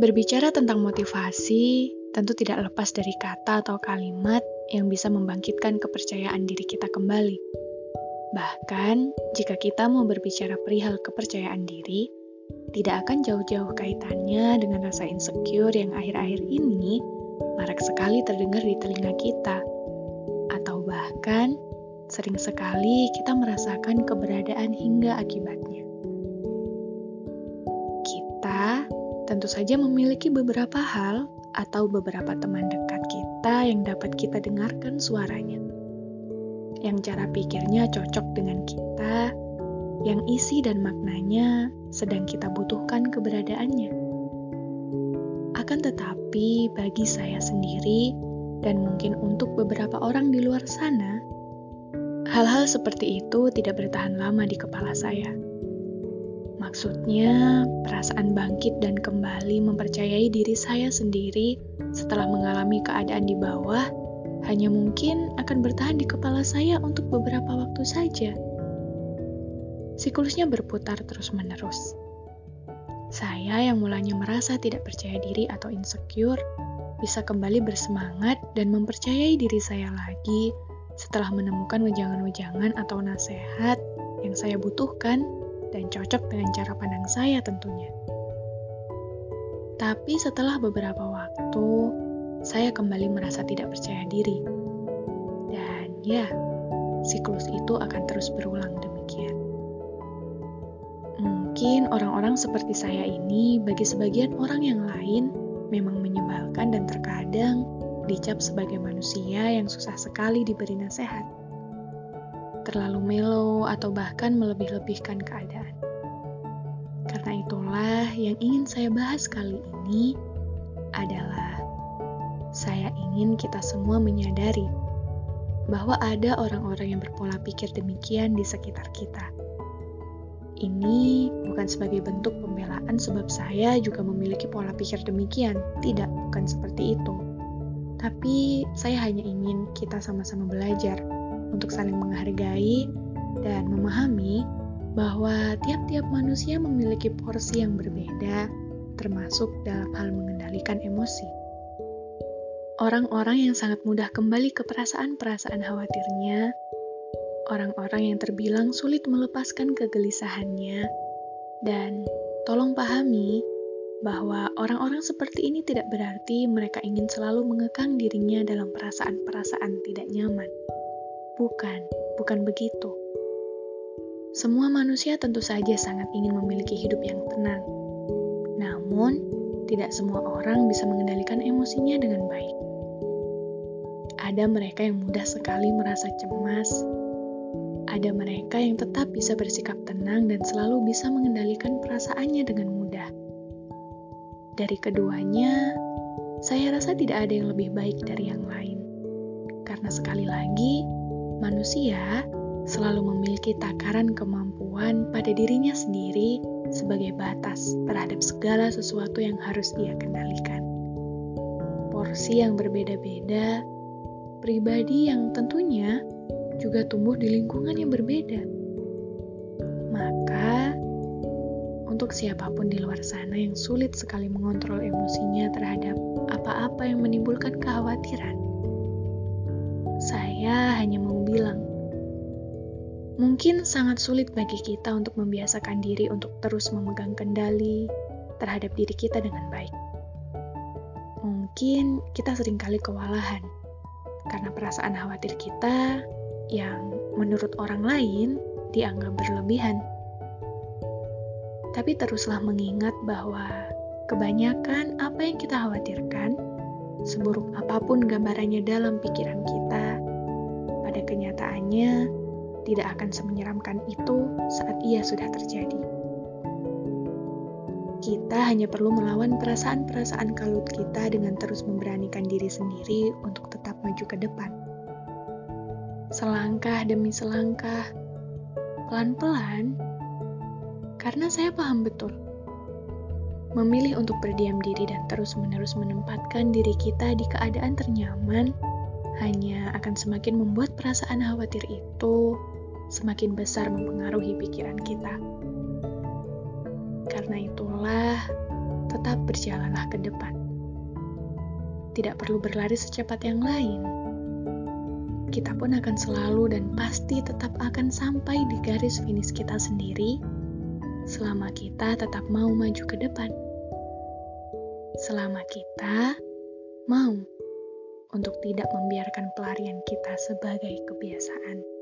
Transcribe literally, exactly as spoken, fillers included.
Berbicara tentang motivasi, tentu tidak lepas dari kata atau kalimat yang bisa membangkitkan kepercayaan diri kita kembali. Bahkan, jika kita mau berbicara perihal kepercayaan diri, tidak akan jauh-jauh kaitannya dengan rasa insecure yang akhir-akhir ini marak sekali terdengar di telinga kita. Atau bahkan, sering sekali kita merasakan keberadaan hingga akibatnya. Kita tentu saja memiliki beberapa hal atau beberapa teman dekat kita yang dapat kita dengarkan suaranya. Yang cara pikirnya cocok dengan kita, yang isi dan maknanya sedang kita butuhkan keberadaannya. Akan tetapi bagi saya sendiri dan mungkin untuk beberapa orang di luar sana, hal-hal seperti itu tidak bertahan lama di kepala saya. Maksudnya, perasaan bangkit dan kembali mempercayai diri saya sendiri setelah mengalami keadaan di bawah hanya mungkin akan bertahan di kepala saya untuk beberapa waktu saja. Siklusnya berputar terus-menerus. Saya yang mulanya merasa tidak percaya diri atau insecure, bisa kembali bersemangat dan mempercayai diri saya lagi setelah menemukan wejangan-wejangan atau nasihat yang saya butuhkan dan cocok dengan cara pandang saya tentunya. Tapi setelah beberapa waktu, saya kembali merasa tidak percaya diri. Dan ya, siklus itu akan terus berulang demikian. Mungkin orang-orang seperti saya ini bagi sebagian orang yang lain memang menyebalkan dan terkadang dicap sebagai manusia yang susah sekali diberi nasihat. Terlalu melo atau bahkan melebih-lebihkan keadaan. Karena itulah yang ingin saya bahas kali ini adalah saya ingin kita semua menyadari bahwa ada orang-orang yang berpola pikir demikian di sekitar kita. Ini bukan sebagai bentuk pembelaan sebab saya juga memiliki pola pikir demikian. Tidak, bukan seperti itu. Tapi saya hanya ingin kita sama-sama belajar untuk saling menghargai dan memahami bahwa tiap-tiap manusia memiliki porsi yang berbeda, termasuk dalam hal mengendalikan emosi. Orang-orang yang sangat mudah kembali ke perasaan-perasaan khawatirnya, orang-orang yang terbilang sulit melepaskan kegelisahannya, dan tolong pahami bahwa orang-orang seperti ini tidak berarti mereka ingin selalu mengekang dirinya dalam perasaan-perasaan tidak nyaman. Bukan, bukan begitu. Semua manusia tentu saja sangat ingin memiliki hidup yang tenang. Namun, tidak semua orang bisa mengendalikan emosinya dengan baik. Ada mereka yang mudah sekali merasa cemas. Ada mereka yang tetap bisa bersikap tenang dan selalu bisa mengendalikan perasaannya dengan mudah. Dari keduanya, saya rasa tidak ada yang lebih baik dari yang lain. Karena sekali lagi, manusia selalu memiliki takaran kemampuan pada dirinya sendiri sebagai batas terhadap segala sesuatu yang harus dia kendalikan. Porsi yang berbeda-beda, pribadi yang tentunya juga tumbuh di lingkungan yang berbeda. Maka, untuk siapapun di luar sana yang sulit sekali mengontrol emosinya terhadap apa-apa yang menimbulkan kekhawatiran, saya hanya mau bilang, mungkin sangat sulit bagi kita untuk membiasakan diri untuk terus memegang kendali terhadap diri kita dengan baik. Mungkin kita seringkali kewalahan karena perasaan khawatir kita yang menurut orang lain dianggap berlebihan. Tapi teruslah mengingat bahwa kebanyakan apa yang kita khawatirkan, seburuk apapun gambarannya dalam pikiran kita, pada kenyataannya tidak akan semenyeramkan itu saat ia sudah terjadi. Kita hanya perlu melawan perasaan-perasaan kalut kita dengan terus memberanikan diri sendiri untuk tetap maju ke depan. Selangkah demi selangkah, pelan-pelan, karena saya paham betul. Memilih untuk berdiam diri dan terus-menerus menempatkan diri kita di keadaan ternyaman hanya akan semakin membuat perasaan khawatir itu semakin besar mempengaruhi pikiran kita. Karena itulah, tetap berjalanlah ke depan. Tidak perlu berlari secepat yang lain. Kita pun akan selalu dan pasti tetap akan sampai di garis finish kita sendiri selama kita tetap mau maju ke depan. Selama kita mau untuk tidak membiarkan pelarian kita sebagai kebiasaan.